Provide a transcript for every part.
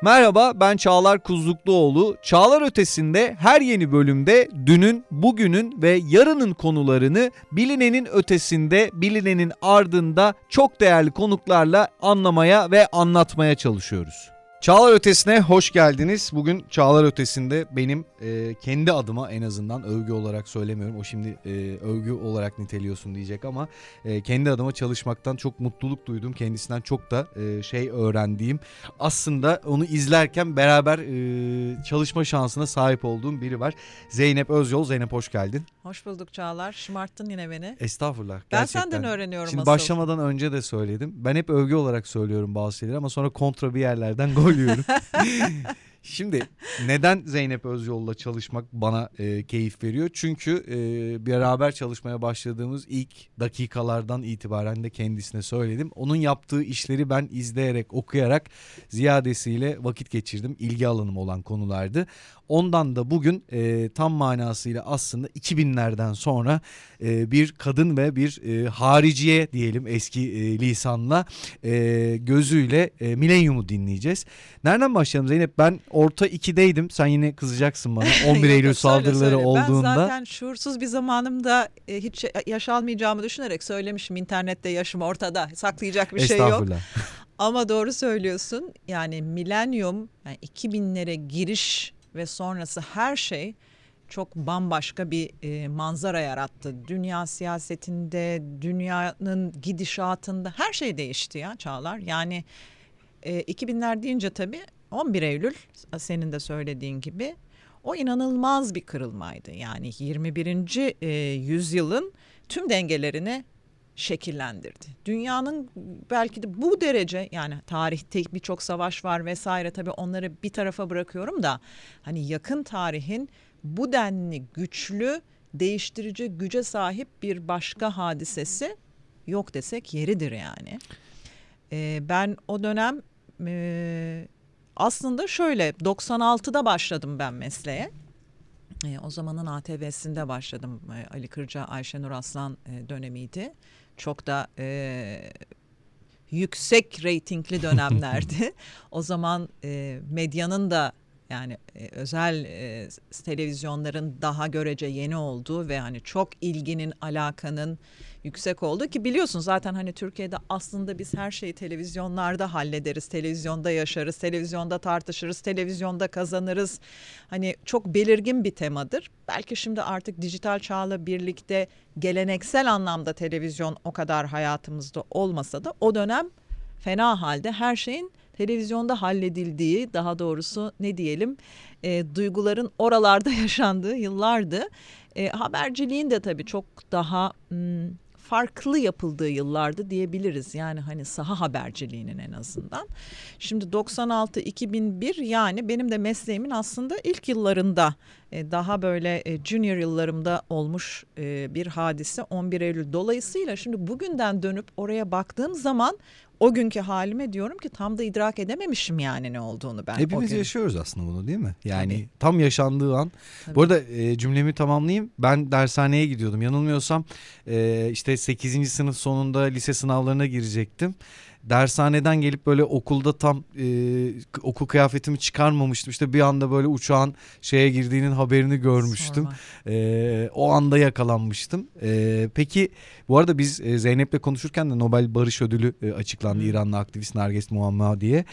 Merhaba, ben Çağlar Kuzlukluoğlu. Çağlar Ötesi'nde her yeni bölümde dünün, bugünün ve yarının konularını bilinenin ötesinde, bilinenin ardında çok değerli konuklarla anlamaya ve anlatmaya çalışıyoruz. Çağlar Ötesi'ne hoş geldiniz. Bugün Çağlar Ötesi'nde benim kendi adıma, en azından övgü olarak söylemiyorum. O şimdi övgü olarak niteliyorsun diyecek ama kendi adıma çalışmaktan çok mutluluk duydum. Kendisinden çok da öğrendiğim, aslında onu izlerken beraber çalışma şansına sahip olduğum biri var. Zeynep Özyol. Zeynep, hoş geldin. Hoş bulduk Çağlar. Şımarttın yine beni. Estağfurullah. Ben Gerçekten. senden öğreniyorum Şimdi asıl. başlamadan önce de söyledim. Ben hep övgü olarak söylüyorum bazı şeyleri ama sonra kontra bir yerlerden gol yiyorum. Şimdi neden Zeynep Özyol'la çalışmak bana keyif veriyor? Çünkü beraber çalışmaya başladığımız ilk dakikalardan itibaren de kendisine söyledim. Onun yaptığı işleri ben izleyerek, okuyarak ziyadesiyle vakit geçirdim. İlgi alanım olan konulardı. Ondan da bugün tam manasıyla aslında 2000'lerden sonra bir kadın ve bir hariciye diyelim eski lisanla gözüyle Milenyum'u dinleyeceğiz. Nereden başlayalım Zeynep? Ben orta 2'deydim. Sen yine kızacaksın bana 11 Eylül saldırıları olduğunda. Ben zaten şuursuz bir zamanımda hiç yaş almayacağımı düşünerek söylemişim. İnternette yaşım ortada. Saklayacak bir şey yok. Ama doğru söylüyorsun. Yani milenyum, yani 2000'lere giriş ve sonrası her şey çok bambaşka bir manzara yarattı. Dünya siyasetinde, dünyanın gidişatında her şey değişti ya Çağlar. Yani 2000'ler deyince tabii 11 Eylül senin de söylediğin gibi o inanılmaz bir kırılmaydı. Yani 21. yüzyılın tüm dengelerini şekillendirdi. Dünyanın belki de bu derece, yani tarihte birçok savaş var vesaire, tabii onları bir tarafa bırakıyorum da hani yakın tarihin bu denli güçlü değiştirici güce sahip bir başka hadisesi yok desek yeridir yani. Ben o dönem aslında şöyle 96'da başladım ben mesleğe. O zamanın ATV'sinde başladım. Ali Kırca, Ayşenur Aslan dönemiydi. Çok da yüksek reytingli dönemlerdi. O zaman medyanın da yani özel televizyonların daha görece yeni olduğu ve hani çok ilginin, alakanın yüksek olduğu, ki biliyorsun zaten hani Türkiye'de aslında biz her şeyi televizyonlarda hallederiz, televizyonda yaşarız, televizyonda tartışırız, televizyonda kazanırız. Hani çok belirgin bir temadır. Belki şimdi artık dijital çağla birlikte geleneksel anlamda televizyon o kadar hayatımızda olmasa da o dönem fena halde her şeyin televizyonda halledildiği, daha doğrusu ne diyelim, duyguların oralarda yaşandığı yıllardı. Haberciliğin de tabii çok daha farklı yapıldığı yıllardı diyebiliriz. Yani hani saha haberciliğinin en azından. Şimdi 96-2001, yani benim de mesleğimin aslında ilk yıllarında, daha böyle junior yıllarımda olmuş bir hadise 11 Eylül. Dolayısıyla şimdi bugünden dönüp oraya baktığım zaman o günkü halime diyorum ki tam da idrak edememişim yani ne olduğunu ben. Hepimiz yaşıyoruz aslında bunu, değil mi? Yani Tabii. tam yaşandığı an. Tabii. Bu arada cümlemi tamamlayayım. Ben dershaneye gidiyordum. Yanılmıyorsam işte 8. sınıf sonunda lise sınavlarına girecektim. Dershaneden gelip böyle okulda tam okul kıyafetimi çıkarmamıştım. İşte bir anda böyle uçağın şeye girdiğinin haberini görmüştüm. O anda yakalanmıştım. Peki bu arada biz Zeynep'le konuşurken de Nobel Barış Ödülü açıklandı. İranlı aktivist Nerges Mohammadiye.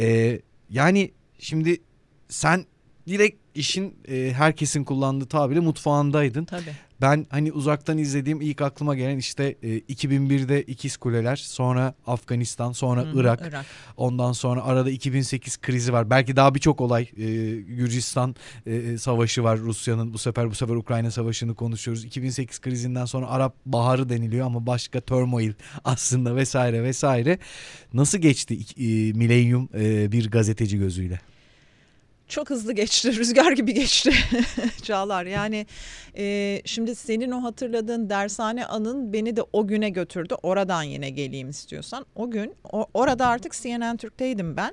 Yani şimdi sen direkt işin herkesin kullandığı tabirle mutfağındaydın. Tabii. Ben hani uzaktan izlediğim ilk aklıma gelen işte 2001'de İkiz Kuleler, sonra Afganistan, sonra Irak. Ondan sonra arada 2008 krizi var. Belki daha birçok olay, Gürcistan savaşı var Rusya'nın. Bu sefer Ukrayna savaşını konuşuyoruz. 2008 krizinden sonra Arap Baharı deniliyor ama başka turmoil aslında vesaire vesaire. Nasıl geçti milenyum bir gazeteci gözüyle? Çok hızlı geçti, rüzgar gibi geçti Çağlar. Yani şimdi senin o hatırladığın dershane anın beni de o güne götürdü. Oradan yine geleyim istiyorsan. O gün orada artık CNN Türk'teydim ben.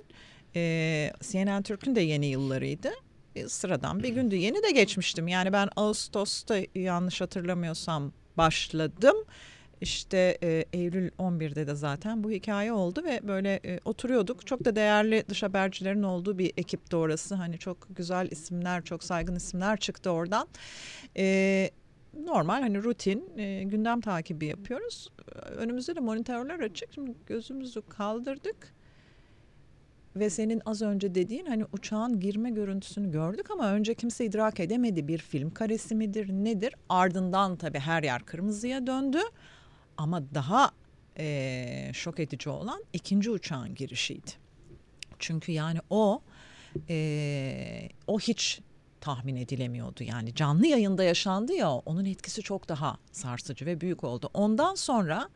CNN Türk'ün de yeni yıllarıydı. Sıradan bir gündü. Yeni de geçmiştim. Yani ben Ağustos'ta yanlış hatırlamıyorsam başladım. İşte Eylül 11'de de zaten bu hikaye oldu ve böyle oturuyorduk. Çok da değerli dış habercilerin olduğu bir ekipti orası. Hani çok güzel isimler, çok saygın isimler çıktı oradan. Normal hani rutin gündem takibi yapıyoruz. Önümüzde de monitörler açık. Şimdi gözümüzü kaldırdık. Ve senin az önce dediğin hani uçağın girme görüntüsünü gördük ama önce kimse idrak edemedi. Bir film karesi midir nedir? Ardından tabii her yer kırmızıya döndü. Ama daha şok edici olan ikinci uçağın girişiydi. Çünkü yani o hiç tahmin edilemiyordu. Yani canlı yayında yaşandı ya, onun etkisi çok daha sarsıcı ve büyük oldu. Ondan sonra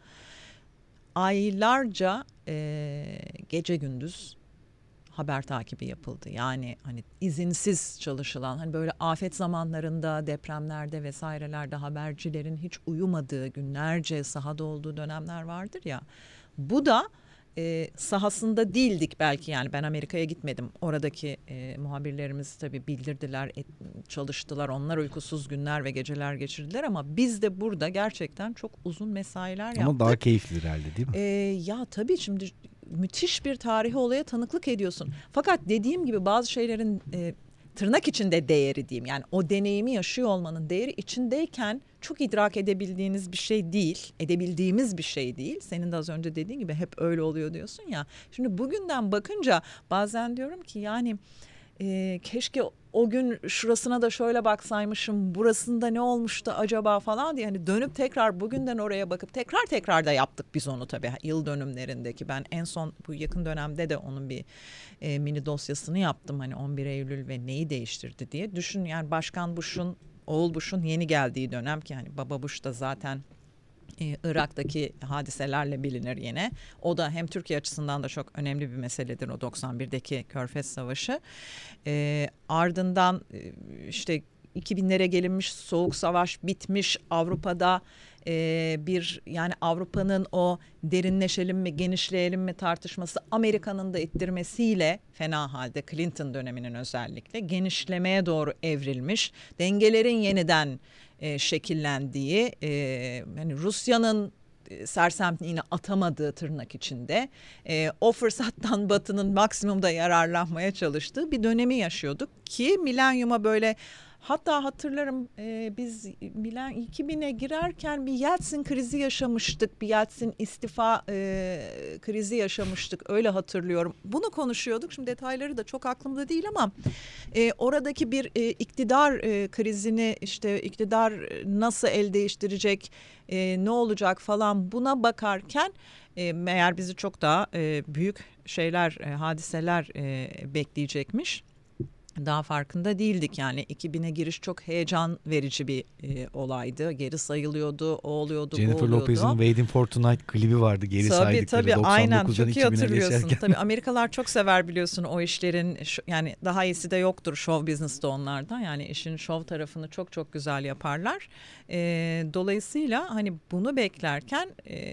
aylarca gece gündüz haber takibi yapıldı. Yani hani izinsiz çalışılan, hani böyle afet zamanlarında, depremlerde vesairelerde habercilerin hiç uyumadığı, günlerce sahada olduğu dönemler vardır ya. Bu da sahasında değildik belki, yani ben Amerika'ya gitmedim. Oradaki muhabirlerimiz tabii bildirdiler, çalıştılar. Onlar uykusuz günler ve geceler geçirdiler ama biz de burada gerçekten çok uzun mesailer yaptık. Ama daha keyifli herhalde değil mi? Ya tabii şimdi müthiş bir tarihi olaya tanıklık ediyorsun. Fakat dediğim gibi bazı şeylerin tırnak içinde değeri diyeyim. Yani o deneyimi yaşıyor olmanın değeri içindeyken çok idrak edebildiğiniz bir şey değil. Edebildiğimiz bir şey değil. Senin de az önce dediğin gibi hep öyle oluyor diyorsun ya. Şimdi bugünden bakınca bazen diyorum ki yani keşke o gün şurasına da şöyle baksaymışım, burasında ne olmuştu acaba falan diye hani dönüp tekrar bugünden oraya bakıp tekrar da yaptık biz onu tabii yıl dönümlerindeki. Ben en son bu yakın dönemde de onun bir mini dosyasını yaptım, hani 11 Eylül ve neyi değiştirdi diye. Düşün yani, Başkan Bush'un, oğul Bush'un yeni geldiği dönem ki hani Baba Bush da zaten Irak'taki hadiselerle bilinir yine. O da hem Türkiye açısından da çok önemli bir meseledir, o 91'deki Körfez Savaşı. Ardından işte 2000'lere gelinmiş, Soğuk Savaş bitmiş, Avrupa'da bir yani Avrupa'nın o derinleşelim mi genişleyelim mi tartışması Amerika'nın da ittirmesiyle fena halde, Clinton döneminin özellikle genişlemeye doğru evrilmiş, dengelerin yeniden şekillendiği, yani Rusya'nın sersemliğini atamadığı tırnak içinde o fırsattan Batı'nın maksimumda yararlanmaya çalıştığı bir dönemi yaşıyorduk ki milenyuma böyle, hatta hatırlarım biz 2000'e girerken bir Yeltsin krizi yaşamıştık. Bir Yeltsin istifa krizi yaşamıştık. Öyle hatırlıyorum. Bunu konuşuyorduk. Şimdi detayları da çok aklımda değil ama oradaki bir iktidar krizini, işte iktidar nasıl el değiştirecek, ne olacak falan, buna bakarken meğer bizi çok daha büyük şeyler, hadiseler bekleyecekmiş. Daha farkında değildik yani. 2000'e giriş çok heyecan verici bir olaydı. Geri sayılıyordu, o oluyordu, Jennifer bu oluyordu. Lopez'in Waiting for Tonight klibi vardı, geri saydıkları. Tabii aynen, 99'dan çok iyi 2000'e hatırlıyorsun. geçerken. Tabii Amerikalılar çok sever biliyorsun o işlerin, yani daha iyisi de yoktur show business'ta onlardan. Yani işin show tarafını çok çok güzel yaparlar. Dolayısıyla hani bunu beklerken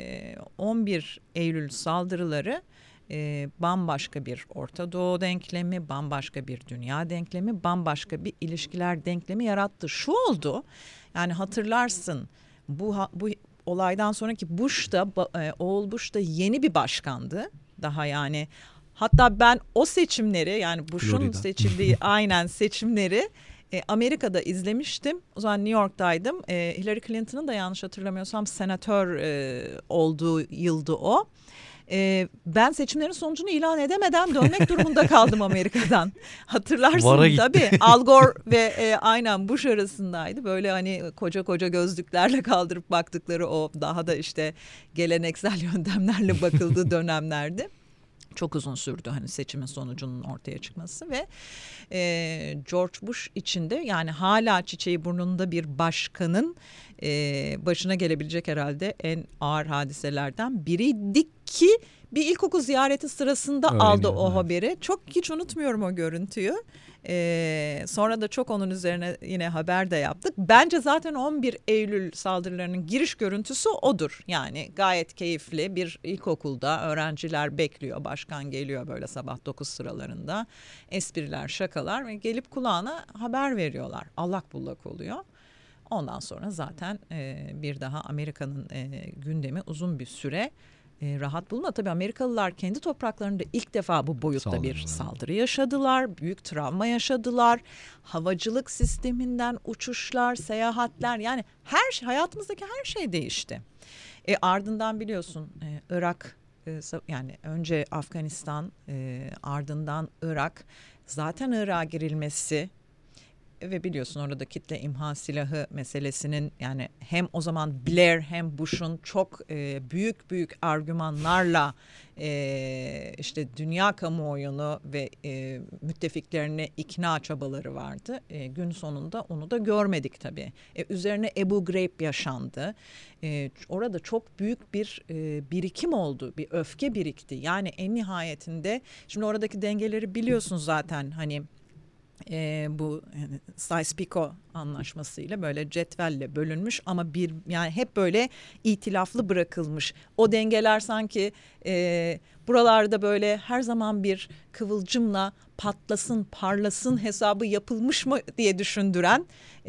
11 Eylül saldırıları bambaşka bir Orta Doğu denklemi, bambaşka bir dünya denklemi, bambaşka bir ilişkiler denklemi yarattı. Şu oldu, yani hatırlarsın bu olaydan sonraki Bush da oğul Bush da yeni bir başkandı. Daha yani hatta ben o seçimleri, yani Bush'un seçildiği aynen seçimleri Amerika'da izlemiştim. O zaman New York'taydım. Hillary Clinton'ın da yanlış hatırlamıyorsam senatör olduğu yıldı o. Ben seçimlerin sonucunu ilan edemeden dönmek durumunda kaldım Amerika'dan. Hatırlarsın tabii. Al Gore ve aynen Bush arasındaydı. Böyle hani koca koca gözlüklerle kaldırıp baktıkları, o daha da işte geleneksel yöntemlerle bakıldığı dönemlerdi. Çok uzun sürdü hani seçimin sonucunun ortaya çıkması ve George Bush için de yani hala çiçeği burnunda bir başkanın başına gelebilecek herhalde en ağır hadiselerden biriydi ki bir ilkokul ziyareti sırasında aldı o haberi. Çok hiç unutmuyorum o görüntüyü. Sonra da çok onun üzerine yine haber de yaptık. Bence zaten 11 Eylül saldırılarının giriş görüntüsü odur. Yani gayet keyifli bir ilkokulda öğrenciler bekliyor. Başkan geliyor böyle sabah 9 sıralarında. Espriler, şakalar ve gelip kulağına haber veriyorlar. Allak bullak oluyor. Ondan sonra zaten bir daha Amerika'nın gündemi uzun bir süre rahat bulma. Tabii Amerikalılar kendi topraklarında ilk defa bu boyutta bir saldırı yaşadılar. Büyük travma yaşadılar. Havacılık sisteminden uçuşlar, seyahatler, yani hayatımızdaki her şey değişti. Ardından biliyorsun Irak, yani önce Afganistan, ardından Irak. Zaten Irak'a girilmesi ve biliyorsun orada kitle imha silahı meselesinin, yani hem o zaman Blair hem Bush'un çok büyük argümanlarla işte dünya kamuoyunu ve müttefiklerini ikna çabaları vardı. Gün sonunda onu da görmedik tabii. Üzerine Ebu Ghraib yaşandı. Orada çok büyük bir birikim oldu, bir öfke birikti. Yani en nihayetinde şimdi oradaki dengeleri biliyorsun zaten, hani bu yani Sykes-Picot anlaşmasıyla böyle cetvelle bölünmüş ama yani hep böyle itilaflı bırakılmış. O dengeler sanki buralarda böyle her zaman bir kıvılcımla patlasın, parlasın hesabı yapılmış mı diye düşündüren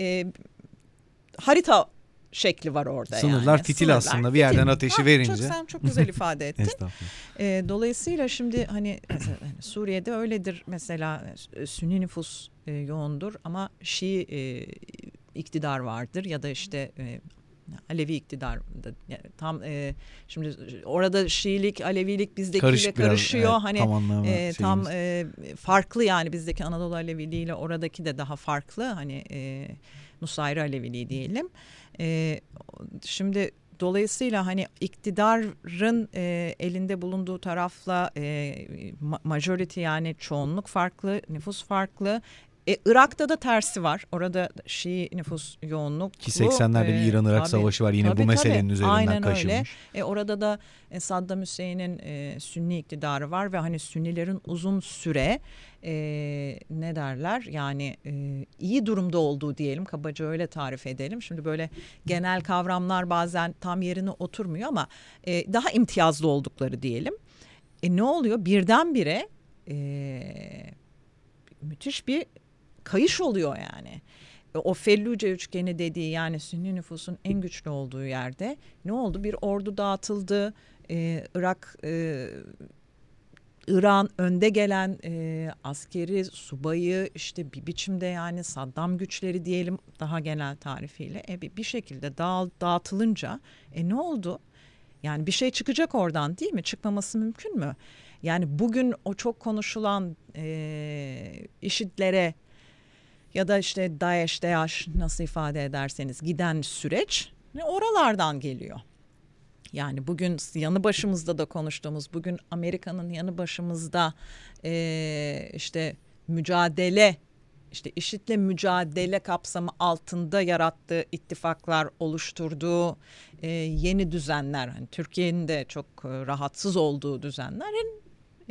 harita şekli var orada. Sınırlar yani. fitil aslında bir yerden ateşi verince. Sen çok güzel ifade ettin. Dolayısıyla şimdi hani Suriye'de öyledir mesela, Sünni nüfus yoğundur ama Şii iktidar vardır ya da işte Alevi iktidar yani tam şimdi orada Şiilik, Alevilik bizdekiyle karışıyor. Evet, hani tam farklı, yani bizdeki Anadolu Aleviliği ile oradaki de daha farklı, hani Nusayri Aleviliği diyelim. Şimdi dolayısıyla hani iktidarın elinde bulunduğu tarafla majority, yani çoğunluk farklı, nüfus farklı. Irak'ta da tersi var. Orada Şii nüfus yoğunluklu. Ki 80'lerde bir İran-Irak savaşı var. Yine bu meselenin üzerinden aynen kaşınmış. Öyle. Orada da Saddam Hüseyin'in Sünni iktidarı var ve hani Sünnilerin uzun süre ne derler, yani iyi durumda olduğu diyelim, kabaca öyle tarif edelim. Şimdi böyle genel kavramlar bazen tam yerine oturmuyor ama daha imtiyazlı oldukları diyelim. Ne oluyor? Birdenbire müthiş bir kayış oluyor yani. O Felluce üçgeni dediği, yani Sünni nüfusun en güçlü olduğu yerde ne oldu? Bir ordu dağıtıldı. İran önde gelen askeri subayı, işte bir biçimde yani Saddam güçleri diyelim daha genel tarifiyle bir şekilde dağıtılınca ne oldu? Yani bir şey çıkacak oradan, değil mi? Çıkmaması mümkün mü? Yani bugün o çok konuşulan IŞİD'lere ya da işte DAEŞ nasıl ifade ederseniz giden süreç oralardan geliyor. Yani bugün yanı başımızda da konuştuğumuz, bugün Amerika'nın yanı başımızda işte mücadele, işte IŞİD'le mücadele kapsamı altında yarattığı ittifaklar, oluşturduğu yeni düzenler, hani Türkiye'nin de çok rahatsız olduğu düzenlerin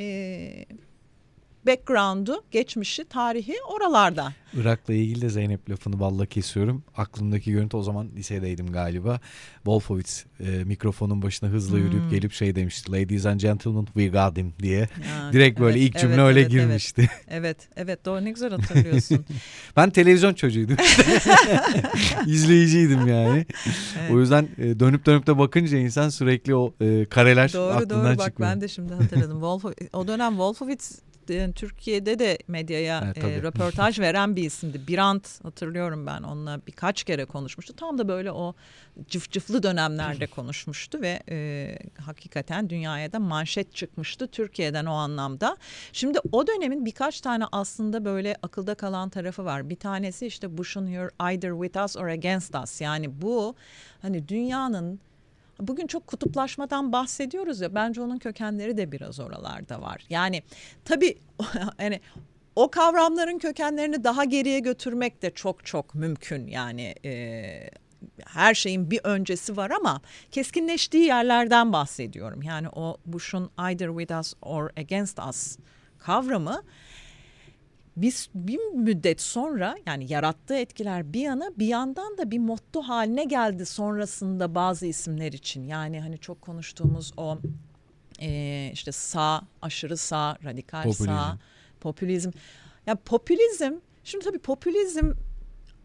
background'u, geçmişi, tarihi oralarda. Irak'la ilgili de Zeynep lafını balla kesiyorum. Aklımdaki görüntü, o zaman lisedeydim galiba. Wolfowitz mikrofonun başına hızla yürüyüp gelip şey demişti. Ladies and gentlemen, we got him diye. Ya, direkt böyle ilk cümle öyle girmişti. Evet, doğru, ne güzel hatırlıyorsun. Ben televizyon çocuğuydum. İzleyiciydim yani. Evet. O yüzden dönüp de bakınca insan sürekli o kareler aklından çıkıyor. Doğru, bak ben de şimdi hatırladım. O dönem Wolfowitz Türkiye'de de medyaya röportaj veren bir isimdi. Birant, hatırlıyorum ben, onunla birkaç kere konuşmuştu. Tam da böyle o cıfcıflı dönemlerde konuşmuştu ve hakikaten dünyaya da manşet çıkmıştı Türkiye'den o anlamda. Şimdi o dönemin birkaç tane aslında böyle akılda kalan tarafı var. Bir tanesi işte Bush'un "You're either with us or against us", yani bu hani dünyanın, bugün çok kutuplaşmadan bahsediyoruz ya, bence onun kökenleri de biraz oralarda var. Yani tabii yani o kavramların kökenlerini daha geriye götürmek de çok mümkün. Yani her şeyin bir öncesi var ama keskinleştiği yerlerden bahsediyorum. Yani o Bush'un "either with us or against us" kavramı biz bir müddet sonra, yani yarattığı etkiler bir yana, bir yandan da bir motto haline geldi sonrasında bazı isimler için. Yani hani çok konuştuğumuz o işte sağ, aşırı sağ, radikal sağ, popülizm. Ya popülizm, şimdi tabii popülizm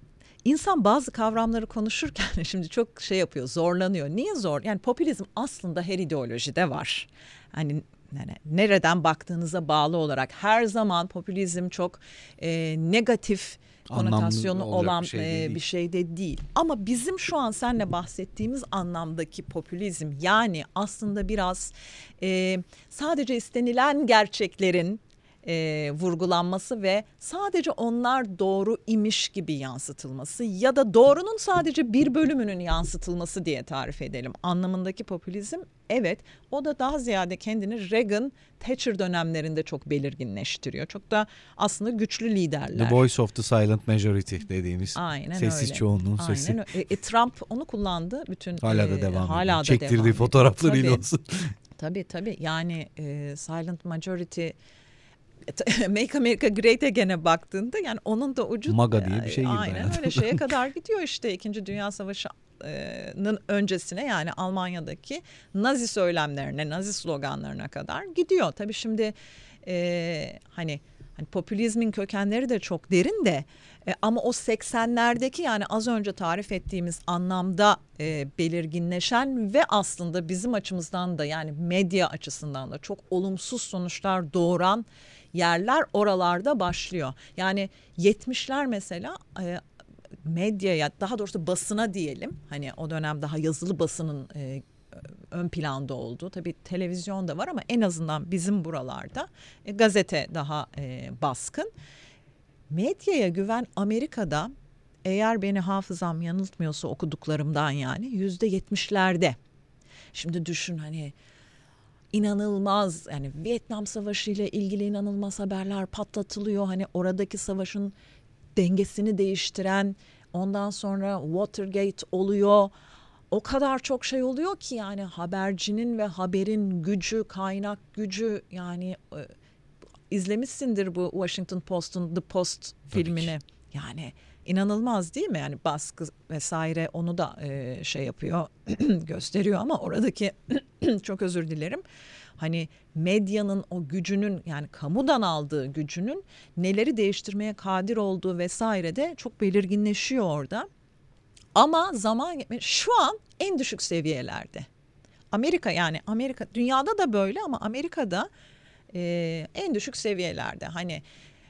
İnsan bazı kavramları konuşurken şimdi çok şey yapıyor, zorlanıyor. Niye zor? Yani popülizm aslında her ideolojide var. Hani nereden baktığınıza bağlı olarak her zaman popülizm çok negatif konotasyonu olan bir şey de değil. Ama bizim şu an seninle bahsettiğimiz anlamdaki popülizm, yani aslında biraz sadece istenilen gerçeklerin vurgulanması ve sadece onlar doğru imiş gibi yansıtılması ya da doğrunun sadece bir bölümünün yansıtılması diye tarif edelim anlamındaki popülizm. Evet, o da daha ziyade kendini Reagan, Thatcher dönemlerinde çok belirginleştiriyor. Çok da aslında güçlü liderler. The voice of the silent majority dediğimiz. Aynen sessiz öyle. çoğunluğun sesi. Trump onu kullandı. Bütün hala da devam hala ediyor. da Çektirdiği devam fotoğraflarıyla ediyor. olsun. Tabii. Yani silent majority, Make America Great Again'e baktığında yani onun da ucu MAGA diye bir şey girdi. Aynen öyle şeye kadar gidiyor işte 2. Dünya Savaşı'nın öncesine, yani Almanya'daki Nazi söylemlerine, Nazi sloganlarına kadar gidiyor. Tabii şimdi hani popülizmin kökenleri de çok derin de ama o 80'lerdeki, yani az önce tarif ettiğimiz anlamda belirginleşen ve aslında bizim açımızdan da, yani medya açısından da çok olumsuz sonuçlar doğuran yerler oralarda başlıyor. Yani 70'ler mesela medyaya, daha doğrusu basına diyelim, hani o dönem daha yazılı basının ön planda olduğu, tabii televizyon da var ama en azından bizim buralarda gazete daha baskın. Medyaya güven Amerika'da, eğer beni hafızam yanıltmıyorsa okuduklarımdan, yani %70'lerde. Şimdi düşün, hani inanılmaz, yani Vietnam Savaşı ile ilgili inanılmaz haberler patlatılıyor. Hani oradaki savaşın dengesini değiştiren, ondan sonra Watergate oluyor. O kadar çok şey oluyor ki, yani habercinin ve haberin gücü, kaynak gücü, yani izlemişsindir bu Washington Post'un The Post filmini. Yani inanılmaz değil mi? Yani baskı vesaire onu da şey yapıyor, gösteriyor ama oradaki çok özür dilerim. Hani medyanın o gücünün, yani kamudan aldığı gücünün neleri değiştirmeye kadir olduğu vesaire de çok belirginleşiyor orada. Ama zaman şu an en düşük seviyelerde. Amerika, yani Amerika, dünyada da böyle ama Amerika'da en düşük seviyelerde. Hani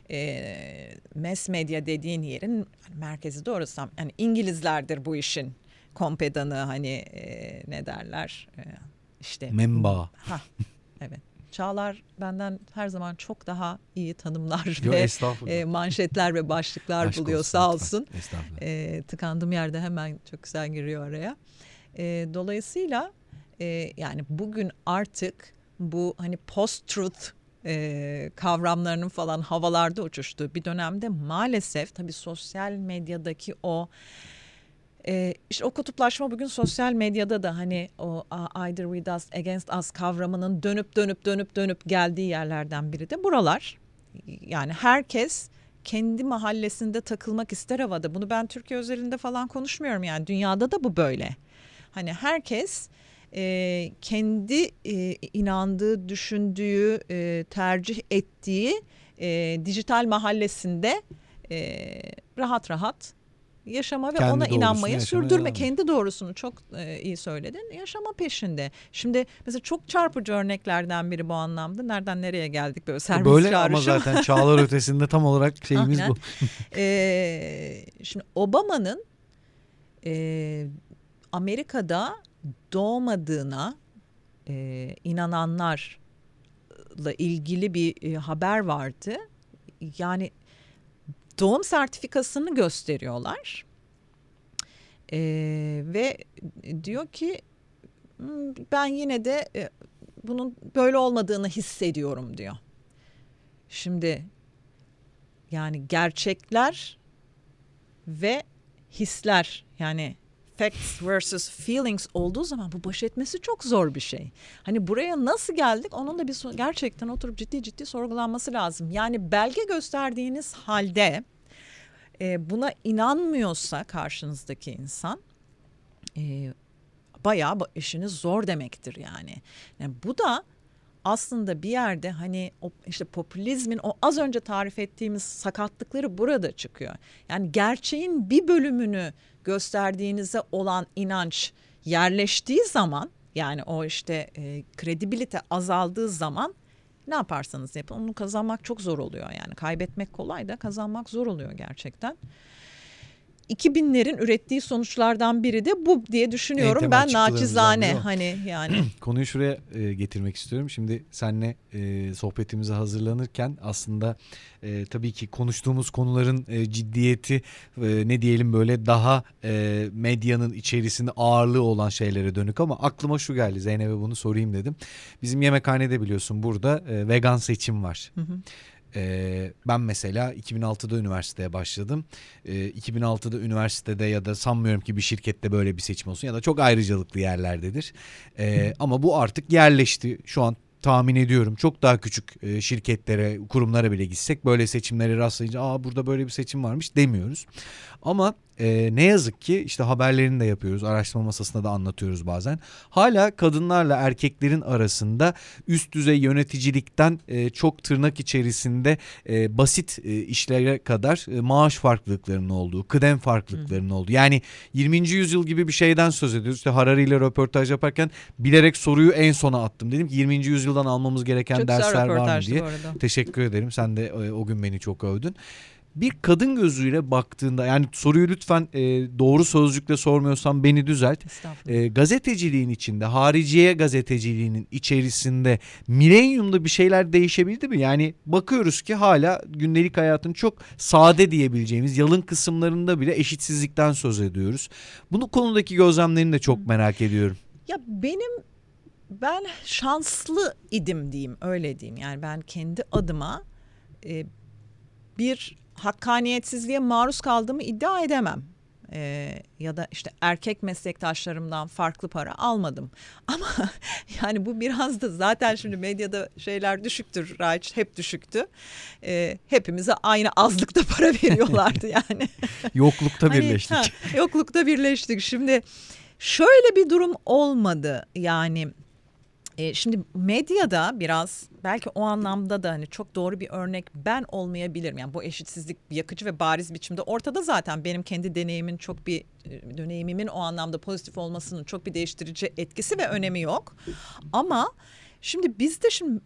mass medya dediğin yerin merkezi de orası. Yani İngilizlerdir bu işin kompedanı, hani ne derler işte. Memba. Evet. Çağlar benden her zaman çok daha iyi tanımlar Yo, ve manşetler ve başlıklar aşk buluyor, olsun, sağ olsun. Tıkandığım yerde hemen çok güzel giriyor araya. Dolayısıyla yani bugün artık bu hani post-truth kavramlarının falan havalarda uçuştuğu bir dönemde maalesef tabii sosyal medyadaki o işte o kutuplaşma bugün sosyal medyada da, hani o either with us against us kavramının dönüp geldiği yerlerden biri de buralar. Yani herkes kendi mahallesinde takılmak ister havada. Bunu ben Türkiye özelinde falan konuşmuyorum, yani dünyada da bu böyle. Hani herkes kendi inandığı, düşündüğü, tercih ettiği dijital mahallesinde rahat rahat yaşama ve kendi ona inanmayı sürdürme. Yani. Kendi doğrusunu çok iyi söyledin. Yaşama peşinde. Şimdi mesela çok çarpıcı örneklerden biri bu anlamda. Nereden nereye geldik böyle servis böyle çağrışım. Ama zaten çağlar ötesinde tam olarak şeyimiz bu. Şimdi Obama'nın Amerika'da doğmadığına inananlarla ilgili bir haber vardı. Yani doğum sertifikasını gösteriyorlar ve diyor ki ben yine de bunun böyle olmadığını hissediyorum diyor. Şimdi yani gerçekler ve hisler, yani facts versus feelings olduğu zaman bu baş etmesi çok zor bir şey. Hani buraya nasıl geldik, onun da bir gerçekten oturup ciddi sorgulanması lazım. Yani belge gösterdiğiniz halde buna inanmıyorsa karşınızdaki insan bayağı işiniz zor demektir yani. Yani bu da aslında bir yerde hani o işte popülizmin o az önce tarif ettiğimiz sakatlıkları burada çıkıyor. Yani gerçeğin bir bölümünü gösterdiğinize olan inanç yerleştiği zaman, yani o işte kredibilite azaldığı zaman ne yaparsanız yapın onu kazanmak çok zor oluyor. Yani kaybetmek kolay da kazanmak zor oluyor gerçekten. 2000'lerin ürettiği sonuçlardan biri de bu diye düşünüyorum ben naçizane, hani yani. Konuyu şuraya getirmek istiyorum. Şimdi seninle sohbetimize hazırlanırken aslında tabii ki konuştuğumuz konuların ciddiyeti ne diyelim böyle daha medyanın içerisinde ağırlığı olan şeylere dönük, ama aklıma şu geldi, Zeynep'e bunu sorayım dedim. Bizim yemekhanede biliyorsun burada vegan seçim var. Hı hı. Ben mesela 2006'da üniversiteye başladım. 2006'da üniversitede ya da sanmıyorum ki bir şirkette böyle bir seçim olsun ya da çok ayrıcalıklı yerlerdedir. Ama bu artık yerleşti. Şu an tahmin ediyorum çok daha küçük şirketlere, kurumlara bile gitsek böyle seçimlere rastlayınca burada böyle bir seçim varmış demiyoruz. Ama ne yazık ki işte haberlerini de yapıyoruz, araştırma masasında da anlatıyoruz bazen. Hala kadınlarla erkeklerin arasında üst düzey yöneticilikten çok tırnak içerisinde basit işlere kadar maaş farklılıklarının olduğu, kıdem farklılıklarının olduğu. Yani 20. yüzyıl gibi bir şeyden söz ediyoruz. İşte Harari ile röportaj yaparken bilerek soruyu en sona attım. Dedim ki 20. yüzyıldan almamız gereken çok dersler var mı diye. Teşekkür ederim. Sen de o gün beni çok övdün. Bir kadın gözüyle baktığında, yani soruyu lütfen doğru sözcükle sormuyorsam beni düzelt. Gazeteciliğin içinde, hariciye gazeteciliğinin içerisinde milenyumda bir şeyler değişebildi mi? Yani bakıyoruz ki hala gündelik hayatın çok sade diyebileceğimiz yalın kısımlarında bile eşitsizlikten söz ediyoruz. Bunu konudaki gözlemlerini de çok merak ediyorum. Ya ben şanslı idim diyeyim, öyle diyeyim. Yani ben kendi adıma bir hakkaniyetsizliğe maruz kaldığımı iddia edemem. Ya da işte erkek meslektaşlarımdan farklı para almadım. Ama yani bu biraz da zaten şimdi medyada şeyler düşüktür, Raç hep düşüktü. Hepimize aynı azlıkta para veriyorlardı yani. Yoklukta birleştik. Yoklukta birleştik. Şimdi şöyle bir durum olmadı yani. Şimdi medyada biraz belki o anlamda da hani çok doğru bir örnek ben olmayabilirim. Yani bu eşitsizlik yakıcı ve bariz biçimde ortada, zaten benim kendi deneyimimin o anlamda pozitif olmasının çok bir değiştirici etkisi ve önemi yok. Ama şimdi bizde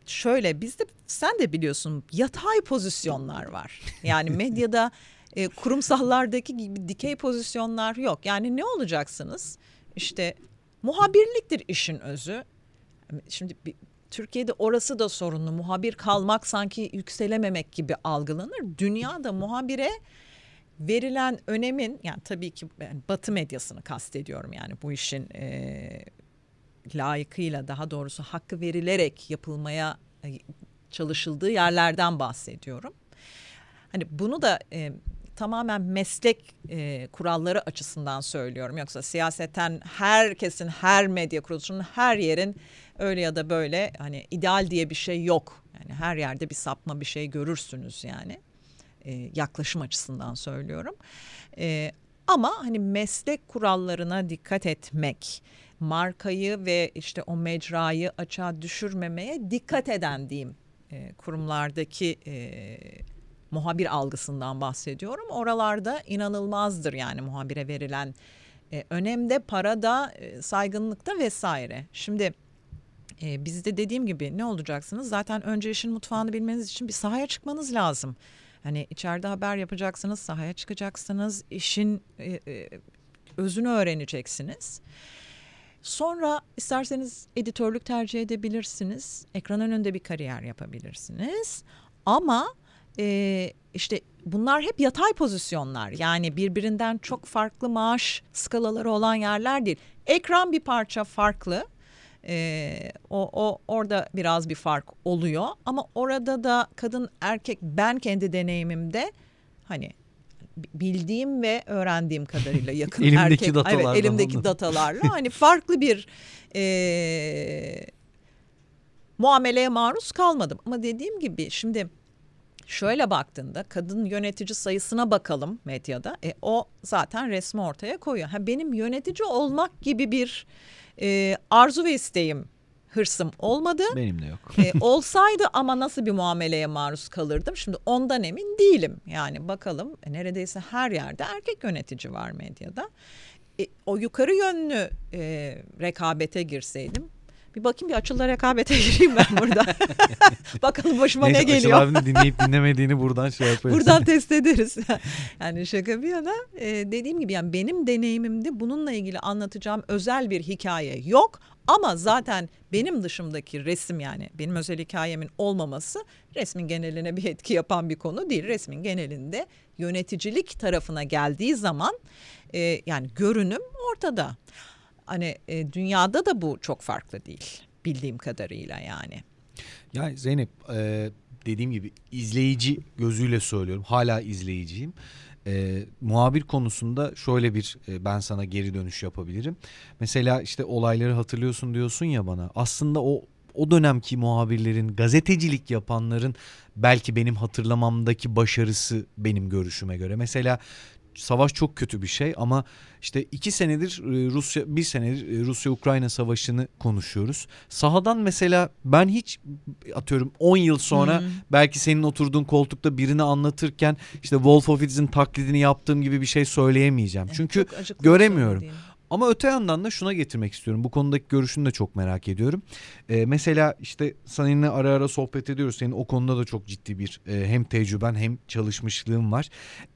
sen de biliyorsun yatay pozisyonlar var. Yani medyada kurumsallardaki gibi dikey pozisyonlar yok. Yani ne olacaksınız? İşte muhabirliktir işin özü. Şimdi Türkiye'de orası da sorunlu. Muhabir kalmak sanki yükselememek gibi algılanır. Dünyada muhabire verilen önemin, yani tabii ki ben Batı medyasını kastediyorum, yani bu işin layıkıyla, daha doğrusu hakkı verilerek yapılmaya çalışıldığı yerlerden bahsediyorum. Hani bunu da tamamen meslek kuralları açısından söylüyorum. Yoksa siyaseten herkesin, her medya kuruluşunun, her yerin öyle ya da böyle hani ideal diye bir şey yok. Yani her yerde bir sapma, bir şey görürsünüz yani. Yaklaşım açısından söylüyorum. Ama hani meslek kurallarına dikkat etmek, markayı ve işte o mecrayı açığa düşürmemeye dikkat eden diyeyim kurumlardaki muhabir algısından bahsediyorum. Oralarda inanılmazdır yani muhabire verilen önemde, parada, saygınlıkta vesaire. Şimdi bizde dediğim gibi ne olacaksınız? Zaten önce işin mutfağını bilmeniz için bir sahaya çıkmanız lazım. Hani içeride haber yapacaksınız, sahaya çıkacaksınız, işin özünü öğreneceksiniz. Sonra isterseniz editörlük tercih edebilirsiniz. Ekran önünde bir kariyer yapabilirsiniz. Ama işte bunlar hep yatay pozisyonlar. Yani birbirinden çok farklı maaş skalaları olan yerler değil. Ekran bir parça farklı. Orada biraz bir fark oluyor. Ama orada da kadın erkek, ben kendi deneyimimde hani bildiğim ve öğrendiğim kadarıyla yakın elimdeki erkek, evet, elimdeki datalarla hani farklı bir muameleye maruz kalmadım. Ama dediğim gibi şimdi şöyle baktığında kadın yönetici sayısına bakalım medyada. O zaten resmi ortaya koyuyor. Benim yönetici olmak gibi bir arzu ve isteğim, hırsım olmadı. Benim de yok. Olsaydı ama nasıl bir muameleye maruz kalırdım? Şimdi ondan emin değilim. Yani bakalım, neredeyse her yerde erkek yönetici var medyada. O yukarı yönlü rekabete girseydim. Bir bakayım, bir Açıl'la rekabete gireyim ben burada. Bakalım başıma Neyse, ne geliyor. Açıl abinin dinleyip dinlemediğini buradan şey yaparız. Buradan test ederiz. Yani şaka bir yana, dediğim gibi yani benim deneyimimde bununla ilgili anlatacağım özel bir hikaye yok. Ama zaten benim dışımdaki resim, yani benim özel hikayemin olmaması resmin geneline bir etki yapan bir konu değil. Resmin genelinde yöneticilik tarafına geldiği zaman yani görünüm ortada. Hani dünyada da bu çok farklı değil bildiğim kadarıyla yani. Yani Zeynep, dediğim gibi izleyici gözüyle söylüyorum. Hala izleyiciyim. Muhabir konusunda şöyle bir ben sana geri dönüş yapabilirim. Mesela işte olayları hatırlıyorsun diyorsun ya bana. Aslında o dönemki muhabirlerin, gazetecilik yapanların belki benim hatırlamamdaki başarısı benim görüşüme göre. Mesela savaş çok kötü bir şey ama işte 2 senedir bir senedir Rusya-Ukrayna savaşını konuşuyoruz. Sahadan mesela ben hiç, atıyorum 10 yıl sonra belki senin oturduğun koltukta birini anlatırken işte Wolf of Witz'in taklidini yaptığım gibi bir şey söyleyemeyeceğim. Çünkü göremiyorum. Ama öte yandan da şuna getirmek istiyorum. Bu konudaki görüşünü de çok merak ediyorum. Mesela işte seninle ara ara sohbet ediyoruz. Senin o konuda da çok ciddi bir hem tecrüben hem çalışmışlığın var.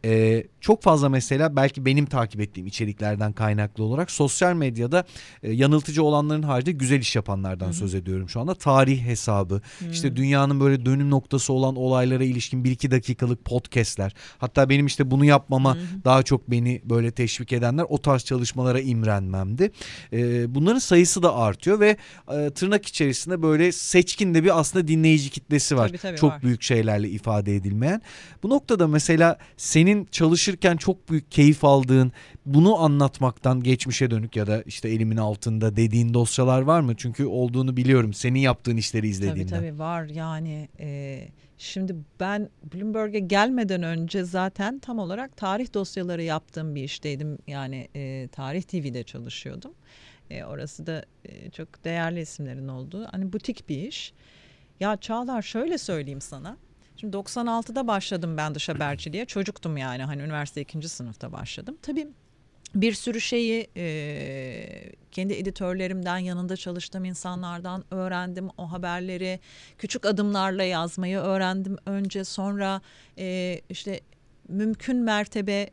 Çok fazla mesela belki benim takip ettiğim içeriklerden kaynaklı olarak sosyal medyada yanıltıcı olanların haricinde güzel iş yapanlardan söz ediyorum şu anda. Tarih hesabı, işte dünyanın böyle dönüm noktası olan olaylara ilişkin 1-2 dakikalık podcastler. Hatta benim işte bunu yapmama daha çok beni böyle teşvik edenler o tarz çalışmalara imrenmemdi. Bunların sayısı da artıyor ve tırnak içerisinde böyle seçkin de bir aslında dinleyici kitlesi var. Tabii, çok var. Büyük şeylerle ifade edilmeyen. Bu noktada mesela senin çalışırken çok büyük keyif aldığın, bunu anlatmaktan geçmişe dönük ya da işte elimin altında dediğin dosyalar var mı? Çünkü olduğunu biliyorum senin yaptığın işleri izlediğimden. Tabii var yani. Şimdi ben Bloomberg'e gelmeden önce zaten tam olarak tarih dosyaları yaptığım bir işteydim. Yani Tarih TV'de çalışıyordum. Orası da çok değerli isimlerin olduğu, hani butik bir iş. Ya Çağlar, şöyle söyleyeyim sana. Şimdi 96'da başladım ben dış haberciliğe. Çocuktum yani, hani üniversite 2. sınıfta başladım. Tabii bir sürü şeyi kendi editörlerimden, yanında çalıştığım insanlardan öğrendim. O haberleri küçük adımlarla yazmayı öğrendim önce. Sonra işte mümkün mertebe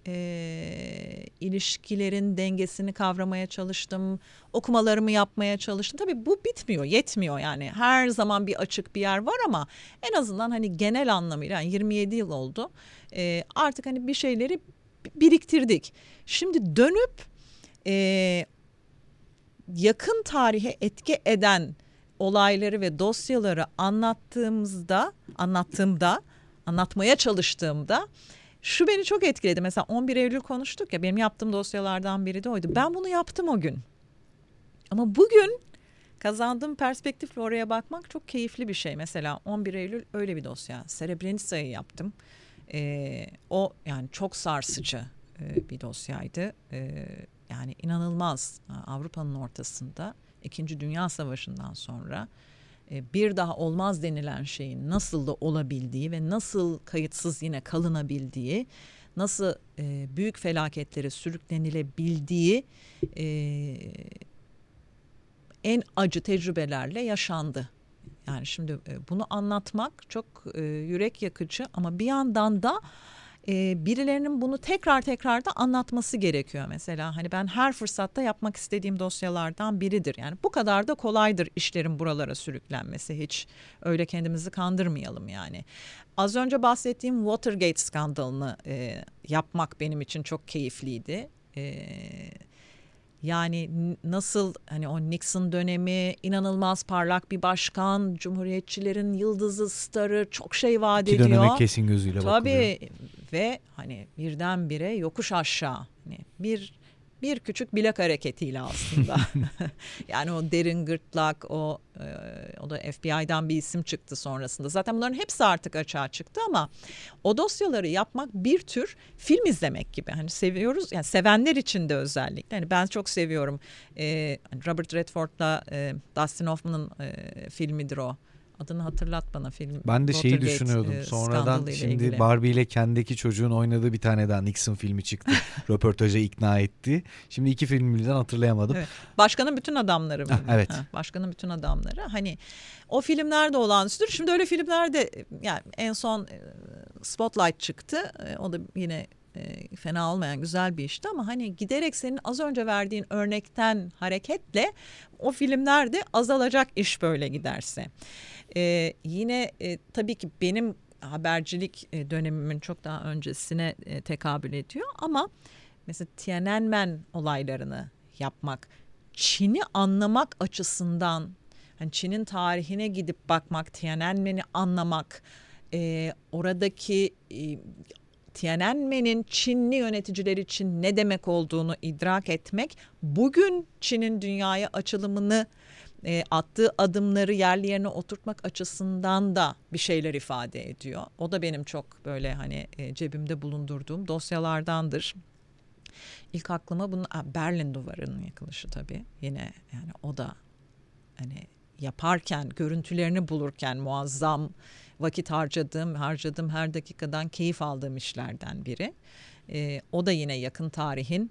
ilişkilerin dengesini kavramaya çalıştım. Okumalarımı yapmaya çalıştım. Tabii bu bitmiyor, yetmiyor yani. Her zaman bir açık bir yer var ama en azından hani genel anlamıyla, yani 27 yıl oldu. Artık hani bir şeyleri biriktirdik. Şimdi dönüp yakın tarihe etki eden olayları ve dosyaları anlatmaya çalıştığımda şu beni çok etkiledi. Mesela 11 Eylül konuştuk ya, benim yaptığım dosyalardan biri de oydu. Ben bunu yaptım o gün. Ama bugün kazandığım perspektifle oraya bakmak çok keyifli bir şey. Mesela 11 Eylül öyle bir dosya. Srebrenica'yı yaptım. O yani çok sarsıcı bir dosyaydı. Yani inanılmaz, Avrupa'nın ortasında 2. Dünya Savaşı'ndan sonra bir daha olmaz denilen şeyin nasıl da olabildiği ve nasıl kayıtsız yine kalınabildiği, nasıl büyük felaketlere sürüklenilebildiği en acı tecrübelerle yaşandı. Yani şimdi bunu anlatmak çok yürek yakıcı ama bir yandan da birilerinin bunu tekrar da anlatması gerekiyor. Mesela hani ben her fırsatta yapmak istediğim dosyalardan biridir. Yani bu kadar da kolaydır işlerin buralara sürüklenmesi. Hiç öyle kendimizi kandırmayalım yani. Az önce bahsettiğim Watergate skandalını yapmak benim için çok keyifliydi. Yani nasıl hani o Nixon dönemi, inanılmaz parlak bir başkan, cumhuriyetçilerin yıldızı, starı, çok şey vaat ediyor. İki döneme kesin gözüyle bakılıyor. Tabii ve hani birdenbire yokuş aşağı. Hani bir bir küçük bilek hareketiyle aslında. Yani o derin gırtlak, o da FBI'dan bir isim çıktı sonrasında. Zaten bunların hepsi artık açığa çıktı ama o dosyaları yapmak bir tür film izlemek gibi. Hani seviyoruz, yani sevenler için de özellikle. Hani ben çok seviyorum. Robert Redford'la Dustin Hoffman'ın filmidir o. Adını hatırlat bana film. Ben de şeyi Watergate, düşünüyordum. Sonradan şimdi ilgili. Barbie ile kendiki çocuğun oynadığı bir tane daha Nixon filmi çıktı. Röportaja ikna etti. Şimdi iki filmi birden hatırlayamadım. Evet. Başkanın bütün adamları mı? Evet. Başkanın bütün adamları. Hani o filmler de olağanüstüdür. Şimdi öyle filmler de, yani en son Spotlight çıktı. O da yine fena olmayan güzel bir işti ama hani giderek senin az önce verdiğin örnekten hareketle o filmlerde azalacak iş böyle giderse. Yine tabii ki benim habercilik dönemimin çok daha öncesine tekabül ediyor ama mesela Tiananmen olaylarını yapmak, Çin'i anlamak açısından, hani Çin'in tarihine gidip bakmak, Tiananmen'i anlamak, oradaki Tiananmen'in Çinli yöneticiler için ne demek olduğunu idrak etmek, bugün Çin'in dünyaya açılımını, attığı adımları yerli yerine oturtmak açısından da bir şeyler ifade ediyor. O da benim çok böyle hani cebimde bulundurduğum dosyalardandır. İlk aklıma bunun Berlin Duvarı'nın yıkılışı tabii. Yine yani o da hani yaparken, görüntülerini bulurken muazzam vakit harcadığım her dakikadan keyif aldığım işlerden biri. O da yine yakın tarihin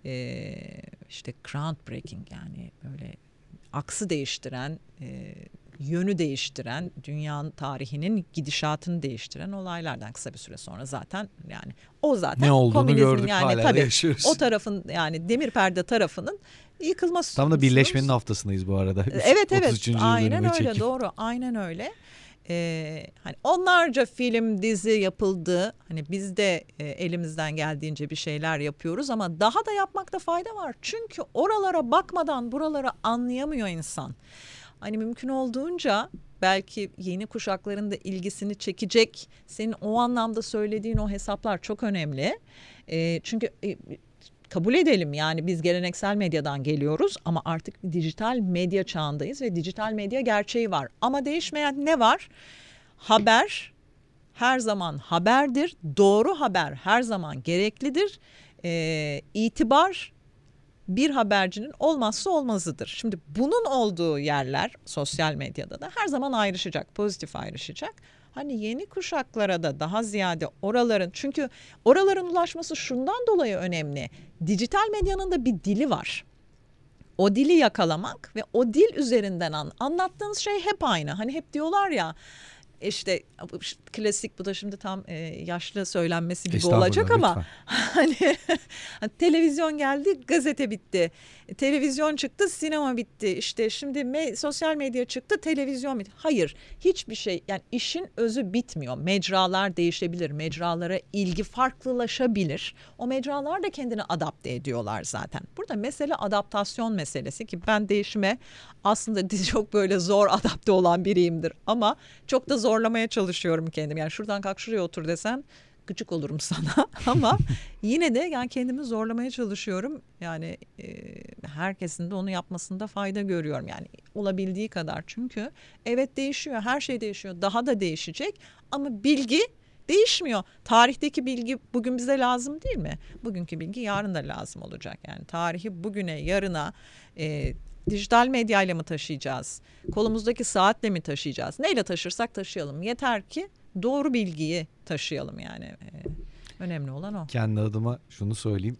işte groundbreaking, yani böyle aksı değiştiren, yönü değiştiren, dünyanın tarihinin gidişatını değiştiren olaylardan. Kısa bir süre sonra zaten, yani o zaten ne olduğunu komünizmin, gördük, yani hala tabii yaşıyoruz. o tarafın, yani demir perde tarafının yıkılması. Tam da birleşmenin haftasındayız bu arada. Evet 33. aynen öyle, çekim. doğru, aynen öyle. Hani onlarca film, dizi yapıldı. Hani biz de elimizden geldiğince bir şeyler yapıyoruz ama daha da yapmakta fayda var. Çünkü oralara bakmadan buraları anlayamıyor insan. Hani mümkün olduğunca belki yeni kuşakların da ilgisini çekecek, senin o anlamda söylediğin o hesaplar çok önemli. Çünkü kabul edelim, yani biz geleneksel medyadan geliyoruz ama artık dijital medya çağındayız ve dijital medya gerçeği var. Ama değişmeyen ne var? Haber her zaman haberdir. Doğru haber her zaman gereklidir. İtibar bir habercinin olmazsa olmazıdır. Şimdi bunun olduğu yerler sosyal medyada da her zaman ayrışacak, pozitif ayrışacak. Hani yeni kuşaklara da daha ziyade oraların, çünkü oraların ulaşması şundan dolayı önemli. Dijital medyanın da bir dili var. O dili yakalamak ve o dil üzerinden anlattığınız şey hep aynı. Hani hep diyorlar ya, işte klasik, bu da şimdi tam yaşlı söylenmesi gibi olacak ama hani televizyon geldi, gazete bitti. Televizyon çıktı, sinema bitti. İşte şimdi sosyal medya çıktı, televizyon bitti. Hayır, hiçbir şey, yani işin özü bitmiyor. Mecralar değişebilir, mecralara ilgi farklılaşabilir. O mecralar da kendini adapte ediyorlar zaten. Burada mesele adaptasyon meselesi ki ben değişime aslında çok böyle zor adapte olan biriyimdir ama çok da zorlamaya çalışıyorum kendim. Yani şuradan kalk şuraya otur desem gıcık olurum sana ama yine de yani kendimi zorlamaya çalışıyorum. Yani herkesin de onu yapmasında fayda görüyorum. Yani olabildiği kadar, çünkü evet değişiyor, her şey değişiyor, daha da değişecek ama bilgi değişmiyor. Tarihteki bilgi bugün bize lazım değil mi? Bugünkü bilgi yarın da lazım olacak. Yani tarihi bugüne, yarına dijital medyayla mı taşıyacağız? Kolumuzdaki saatle mi taşıyacağız? Neyle taşırsak taşıyalım. Yeter ki doğru bilgiyi taşıyalım yani. Önemli olan o. Kendi adıma şunu söyleyeyim.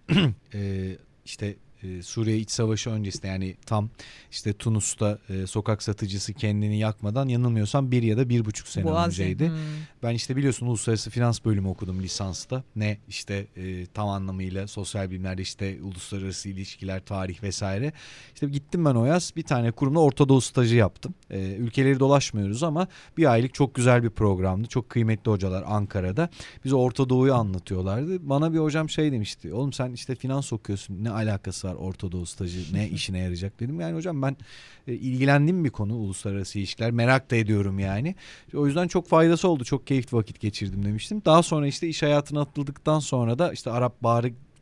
İşte Suriye İç Savaşı öncesinde, yani tam işte Tunus'ta sokak satıcısı kendini yakmadan, yanılmıyorsam 1 ya da 1,5 sene önceydi. Ben işte biliyorsun uluslararası finans bölümü okudum lisansta. Ne işte tam anlamıyla sosyal bilimlerde işte uluslararası ilişkiler, tarih vesaire. İşte gittim ben o yaz bir tane kurumda Orta Doğu stajı yaptım. Ülkeleri dolaşmıyoruz ama bir aylık çok güzel bir programdı. Çok kıymetli hocalar Ankara'da. Bize Orta Doğu'yu anlatıyorlardı. Bana bir hocam şey demişti. Oğlum sen işte finans okuyorsun, ne alakası var Orta Doğu stajı, ne işine yarayacak dedim. Yani hocam ben ilgilendiğim bir konu uluslararası ilişkiler, merak da ediyorum yani. O yüzden çok faydası oldu, çok keyifli vakit geçirdim demiştim. Daha sonra işte iş hayatına atıldıktan sonra da işte Arap Baharı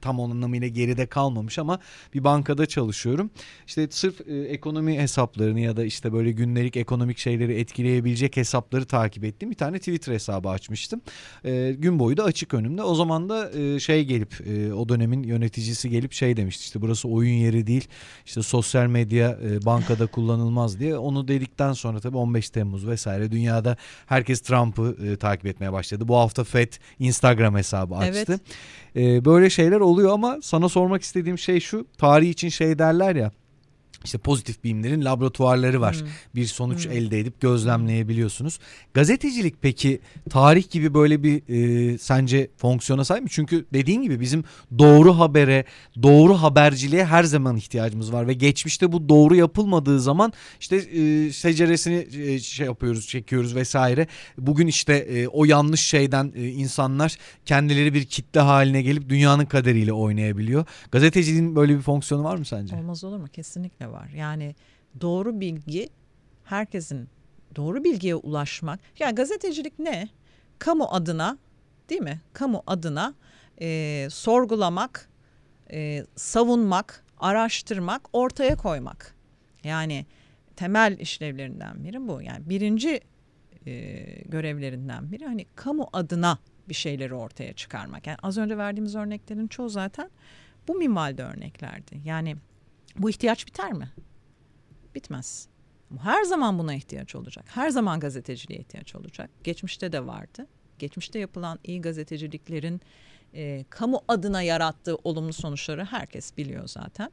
tam anlamıyla geride kalmamış ama bir bankada çalışıyorum. İşte sırf ekonomi hesaplarını ya da işte böyle günlük ekonomik şeyleri etkileyebilecek hesapları takip ettiğim bir tane Twitter hesabı açmıştım. Gün boyu da açık önümde. O zaman da gelip o dönemin yöneticisi gelip şey demişti, işte burası oyun yeri değil, işte sosyal medya bankada kullanılmaz diye. Onu dedikten sonra tabii 15 Temmuz vesaire dünyada herkes Trump'ı takip etmeye başladı. Bu hafta FED Instagram hesabı açtı. Evet. Böyle şeyler oluyor ama sana sormak istediğim şey şu: tarih için şey derler ya, İşte pozitif bilimlerin laboratuvarları var. Bir sonuç elde edip gözlemleyebiliyorsunuz. Gazetecilik peki tarih gibi böyle bir sence fonksiyona sahip mi? Çünkü dediğin gibi bizim doğru habere, doğru haberciliğe her zaman ihtiyacımız var. Ve geçmişte bu doğru yapılmadığı zaman işte seceresini yapıyoruz, çekiyoruz vesaire. Bugün işte o yanlış şeyden insanlar kendileri bir kitle haline gelip dünyanın kaderiyle oynayabiliyor. Gazeteciliğin böyle bir fonksiyonu var mı sence? Olmaz olur mu? Kesinlikle var. Yani doğru bilgi, herkesin doğru bilgiye ulaşmak. Yani gazetecilik ne? Kamu adına, değil mi? Kamu adına sorgulamak, savunmak, araştırmak, ortaya koymak. Yani temel işlevlerinden biri bu. Yani birinci görevlerinden biri hani kamu adına bir şeyleri ortaya çıkarmak. Yani az önce verdiğimiz örneklerin çoğu zaten bu minvalde örneklerdi. Yani bu ihtiyaç biter mi? Bitmez. Her zaman buna ihtiyaç olacak. Her zaman gazeteciliğe ihtiyaç olacak. Geçmişte de vardı. Geçmişte yapılan iyi gazeteciliklerin kamu adına yarattığı olumlu sonuçları herkes biliyor zaten.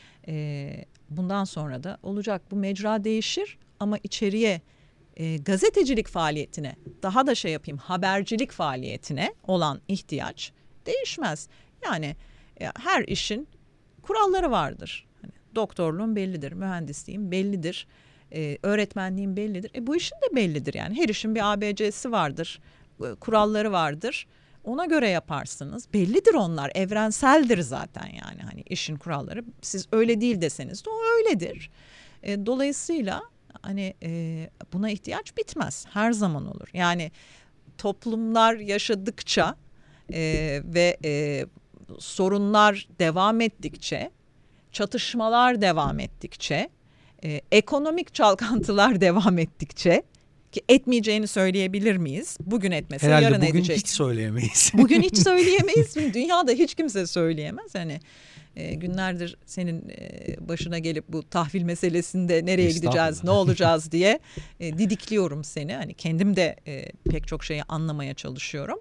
Bundan sonra da olacak. Bu mecra değişir ama içeriye gazetecilik faaliyetine, daha da habercilik faaliyetine olan ihtiyaç değişmez. Yani her işin kuralları vardır. Hani doktorluğun bellidir, mühendisliğin bellidir, öğretmenliğin bellidir. Bu işin de bellidir yani. Her işin bir ABC'si vardır, kuralları vardır. Ona göre yaparsınız. Bellidir onlar, evrenseldir zaten yani. Hani işin kuralları. Siz öyle değil deseniz de o öyledir. Dolayısıyla hani buna ihtiyaç bitmez. Her zaman olur. Yani toplumlar yaşadıkça ve sorunlar devam ettikçe, çatışmalar devam ettikçe, ekonomik çalkantılar devam ettikçe, ki etmeyeceğini söyleyebilir miyiz? Bugün etmese herhalde yarın bugün edecek. Hiç söyleyemeyiz. Bugün hiç söyleyemeyiz. Dünyada hiç kimse söyleyemez. Hani günlerdir senin başına gelip bu tahvil meselesinde nereye gideceğiz, ne olacağız diye didikliyorum seni. Hani kendim de pek çok şeyi anlamaya çalışıyorum.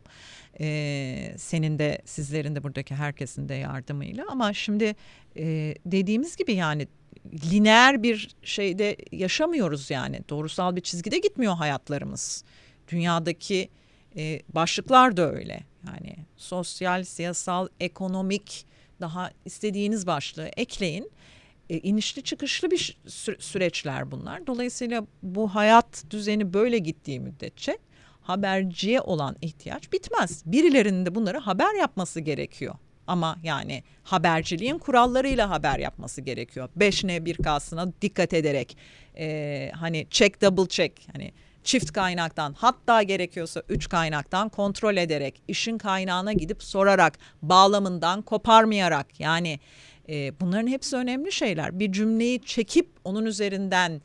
Senin de, sizlerin de, buradaki herkesin de yardımıyla. Ama şimdi dediğimiz gibi yani lineer bir şeyde yaşamıyoruz yani. Doğrusal bir çizgide gitmiyor hayatlarımız. Dünyadaki başlıklar da öyle. Yani sosyal, siyasal, ekonomik, daha istediğiniz başlığı ekleyin. İnişli çıkışlı bir süreçler bunlar. Dolayısıyla bu hayat düzeni böyle gittiği müddetçe haberciye olan ihtiyaç bitmez. Birilerinin de bunları haber yapması gerekiyor. Ama yani haberciliğin kurallarıyla haber yapması gerekiyor. 5N1K'sına dikkat ederek hani check double check, hani çift kaynaktan, hatta gerekiyorsa 3 kaynaktan kontrol ederek, işin kaynağına gidip sorarak, bağlamından koparmayarak, yani bunların hepsi önemli şeyler. Bir cümleyi çekip onun üzerinden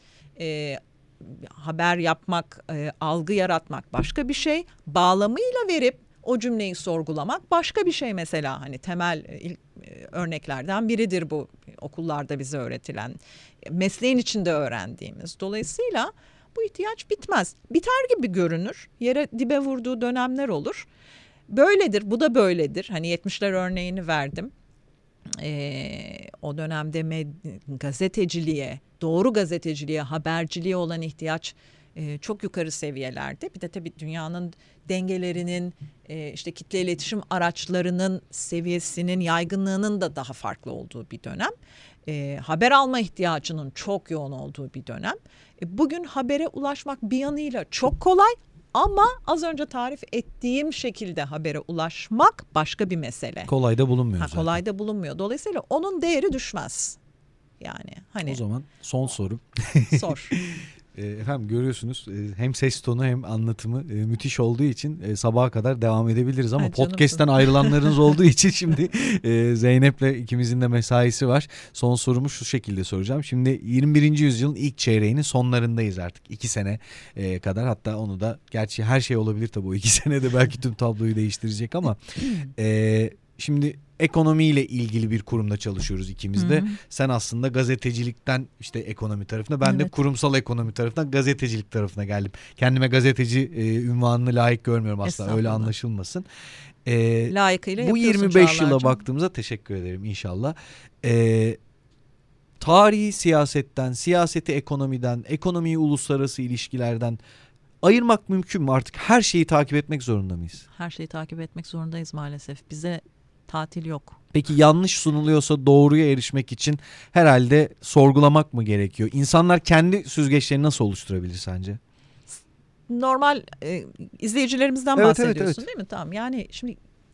haber yapmak, algı yaratmak başka bir şey. Bağlamıyla verip o cümleyi sorgulamak başka bir şey mesela. Hani temel örneklerden biridir bu, okullarda bize öğretilen, mesleğin içinde öğrendiğimiz. Dolayısıyla bu ihtiyaç bitmez. Biter gibi görünür. Yere dibe vurduğu dönemler olur. Böyledir, bu da böyledir. Hani 70'ler örneğini verdim. O dönemde gazeteciliğe, doğru gazeteciliğe, haberciliğe olan ihtiyaç çok yukarı seviyelerde. Bir de tabii dünyanın dengelerinin, işte kitle iletişim araçlarının seviyesinin, yaygınlığının da daha farklı olduğu bir dönem. Haber alma ihtiyacının çok yoğun olduğu bir dönem. Bugün habere ulaşmak bir yanıyla çok kolay ama az önce tarif ettiğim şekilde habere ulaşmak başka bir mesele. Kolay da bulunmuyor zaten. Kolay da bulunmuyor. Dolayısıyla onun değeri düşmez. Yani hani. O zaman son sorum. Sor. Efendim görüyorsunuz hem ses tonu hem anlatımı müthiş olduğu için sabaha kadar devam edebiliriz ama podcast'ten ayrılanlarınız olduğu için şimdi Zeynep'le ikimizin de mesaisi var. Son sorumu şu şekilde soracağım. Şimdi 21. yüzyılın ilk çeyreğinin sonlarındayız artık. 2 sene kadar, hatta onu da, gerçi her şey olabilir tabii, o 2 senede belki tüm tabloyu değiştirecek ama şimdi ekonomiyle ilgili bir kurumda çalışıyoruz ikimiz de. Sen aslında gazetecilikten işte ekonomi tarafına, ben de kurumsal ekonomi tarafından gazetecilik tarafına geldim. Kendime gazeteci ünvanını layık görmüyorum asla, öyle anlaşılmasın. Layıkıyla bu 25 yıla baktığımızda, teşekkür ederim inşallah. Tarihi siyasetten, siyaseti ekonomiden, ekonomiyi uluslararası ilişkilerden ayırmak mümkün mü? Artık her şeyi takip etmek zorunda mıyız? Her şeyi takip etmek zorundayız maalesef. Bize tatil yok. Peki yanlış sunuluyorsa doğruya erişmek için herhalde sorgulamak mı gerekiyor? İnsanlar kendi süzgeçlerini nasıl oluşturabilir sence? Normal izleyicilerimizden bahsediyorsun değil mi? Tamam, yani şimdi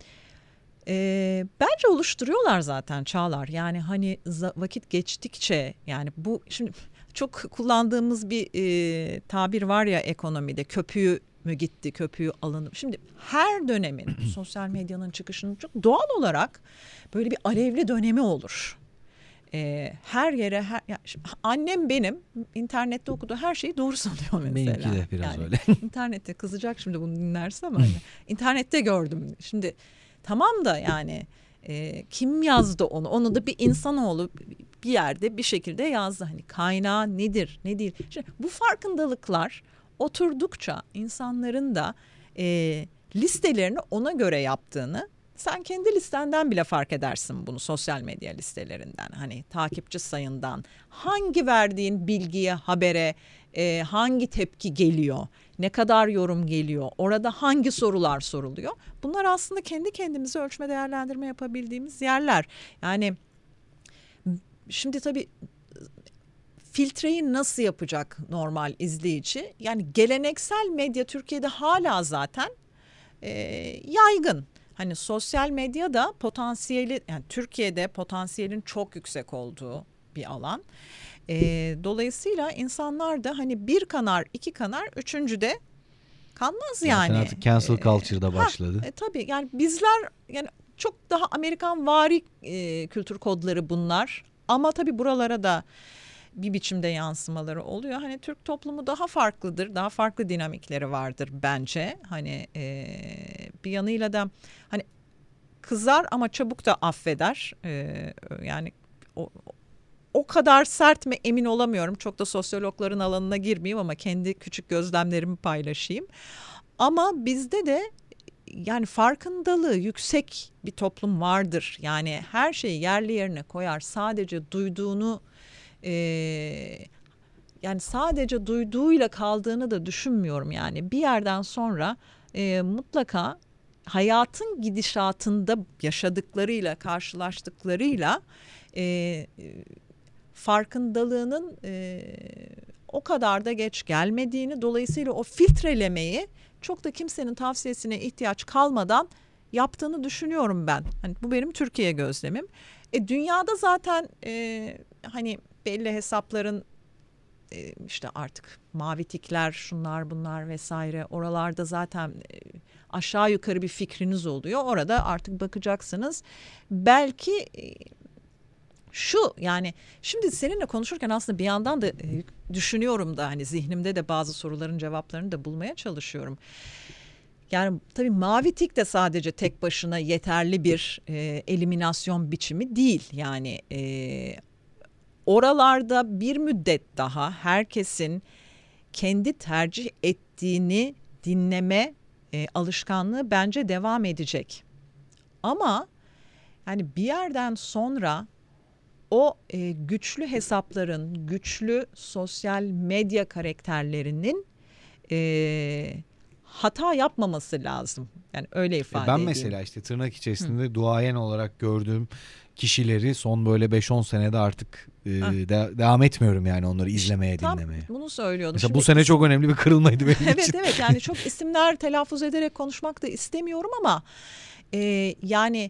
bence oluşturuyorlar zaten Çağlar. Yani hani vakit geçtikçe, yani bu şimdi çok kullandığımız bir tabir var ya ekonomide, köpüğü mü gitti, köpüğü alındı. Şimdi her dönemin sosyal medyanın çıkışının çok doğal olarak böyle bir alevli dönemi olur. Her yere annem benim internette okuduğu her şeyi doğru sanıyor mesela. Benimki de biraz öyle. İnternette kızacak şimdi bunu dinlerse ama internette gördüm. Şimdi tamam da yani kim yazdı onu? Onu da bir insanoğlu bir yerde bir şekilde yazdı. Hani kaynağı nedir, ne değil? Şimdi bu farkındalıklar oturdukça insanların da listelerini ona göre yaptığını sen kendi listenden bile fark edersin bunu, sosyal medya listelerinden. Hani takipçi sayından, hangi verdiğin bilgiye, habere hangi tepki geliyor, ne kadar yorum geliyor, orada hangi sorular soruluyor. Bunlar aslında kendi kendimize ölçme değerlendirme yapabildiğimiz yerler. Yani şimdi tabii filtreyi nasıl yapacak normal izleyici? Yani geleneksel medya Türkiye'de hala zaten yaygın. Hani sosyal medyada potansiyeli, yani Türkiye'de potansiyelin çok yüksek olduğu bir alan. Dolayısıyla insanlar da hani bir kanar, iki kanar, üçüncüde kalmaz yani. Zaten artık cancel culture'da başladı. Tabii yani bizler yani çok daha Amerikan vari kültür kodları bunlar. Ama tabii buralara da bir biçimde yansımaları oluyor. Hani Türk toplumu daha farklıdır, daha farklı dinamikleri vardır bence. Hani bir yanıyla da hani kızar ama çabuk da affeder. Yani o kadar sert mi emin olamıyorum. Çok da sosyologların alanına girmeyeyim ama kendi küçük gözlemlerimi paylaşayım. Ama bizde de yani farkındalığı yüksek bir toplum vardır. Yani her şeyi yerli yerine koyar. Sadece duyduğunu yani sadece duyduğuyla kaldığını da düşünmüyorum. Yani bir yerden sonra mutlaka hayatın gidişatında yaşadıklarıyla, karşılaştıklarıyla farkındalığının o kadar da geç gelmediğini, dolayısıyla o filtrelemeyi çok da kimsenin tavsiyesine ihtiyaç kalmadan yaptığını düşünüyorum ben. Hani bu benim Türkiye gözlemim. Dünyada zaten hani belli hesapların işte artık mavi tikler, şunlar bunlar vesaire, oralarda zaten aşağı yukarı bir fikriniz oluyor. Orada artık bakacaksınız. Belki şu, yani şimdi seninle konuşurken aslında bir yandan da düşünüyorum da hani zihnimde de bazı soruların cevaplarını da bulmaya çalışıyorum. Yani tabii mavi tik de sadece tek başına yeterli bir eliminasyon biçimi değil. Yani oralarda bir müddet daha herkesin kendi tercih ettiğini dinleme alışkanlığı bence devam edecek. Ama yani bir yerden sonra o güçlü hesapların, güçlü sosyal medya karakterlerinin hata yapmaması lazım. Yani öyle ifade edeyim. Ben mesela işte tırnak içerisinde duayen olarak gördüğüm kişileri son böyle 5-10 senede artık devam etmiyorum yani onları izlemeye, dinlemeye. Bunu söylüyordum. Mesela şimdi bu sene çok önemli bir kırılmaydı benim için. Evet yani çok isimler telaffuz ederek konuşmak da istemiyorum ama yani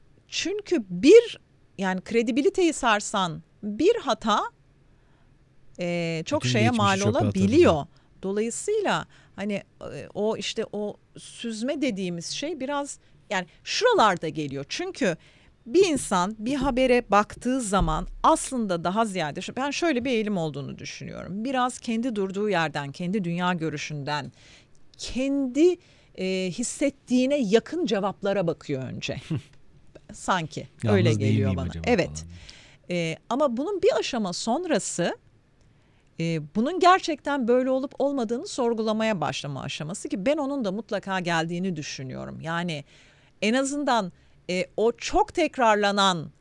çünkü yani kredibiliteyi sarsan bir hata çok Bütün şeye geçmişi mal çöpe olabiliyor. Dolayısıyla hani o işte o süzme dediğimiz şey biraz yani şuralarda geliyor. Çünkü bir insan bir habere baktığı zaman aslında daha ziyade ben şöyle bir eğilim olduğunu düşünüyorum. Biraz kendi durduğu yerden, kendi dünya görüşünden, kendi hissettiğine yakın cevaplara bakıyor önce. Sanki Yalnız öyle değil geliyor miyim bana. acaba Evet. falan. Ama bunun bir aşama sonrası bunun gerçekten böyle olup olmadığını sorgulamaya başlama aşaması ki ben onun da mutlaka geldiğini düşünüyorum. Yani en azından o çok tekrarlanan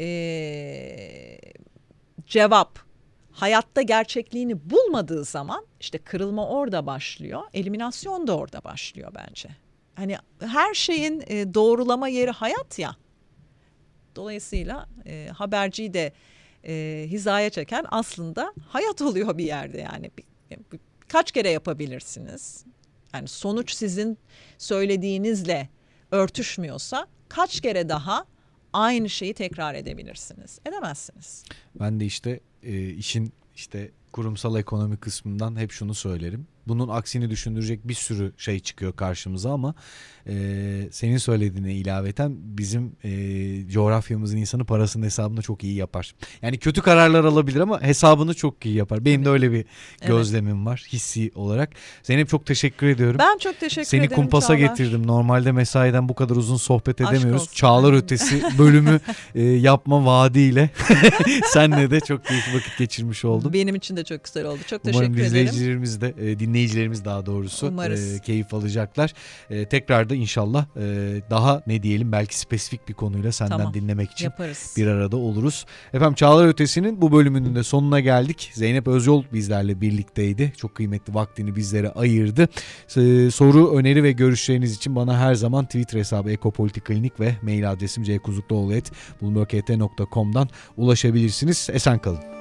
cevap hayatta gerçekliğini bulmadığı zaman işte kırılma orada başlıyor, eliminasyon da orada başlıyor bence. Hani her şeyin doğrulama yeri hayat ya. Dolayısıyla haberciyi de hizaya çeken aslında hayat oluyor bir yerde yani. Kaç kere yapabilirsiniz? Yani sonuç sizin söylediğinizle örtüşmüyorsa kaç kere daha aynı şeyi tekrar edebilirsiniz? Edemezsiniz. Ben de işte işin işte kurumsal ekonomi kısmından hep şunu söylerim. Bunun aksini düşündürecek bir sürü şey çıkıyor karşımıza ama senin söylediğine ilaveten bizim coğrafyamızın insanı parasının hesabını çok iyi yapar. Yani kötü kararlar alabilir ama hesabını çok iyi yapar. Benim de öyle bir gözlemim var hissi olarak. Zeynep çok teşekkür ediyorum. Ben çok teşekkür Seni ederim kumpasa Çağlar. getirdim. Normalde mesaiden bu kadar uzun sohbet Aşk edemiyoruz. olsun. Çağlar Ötesi bölümü yapma vaadiyle senle de çok keyifli vakit geçirmiş oldum. Benim için de çok güzel oldu. Çok Umarım teşekkür ederim. izleyicilerimiz de dinleyicilerimiz daha doğrusu Umarız. keyif alacaklar. Tekrar da inşallah daha ne diyelim belki spesifik bir konuyla senden dinlemek için yaparız. Bir arada oluruz. Efendim Çağlar Ötesi'nin bu bölümünün de sonuna geldik. Zeynep Özyol bizlerle birlikteydi. Çok kıymetli vaktini bizlere ayırdı. Soru, öneri ve görüşleriniz için bana her zaman Twitter hesabı Ekopolitiklinik ve mail adresim ckuzukluoğlu@bloomberg.kt.com'dan ulaşabilirsiniz. Esen kalın.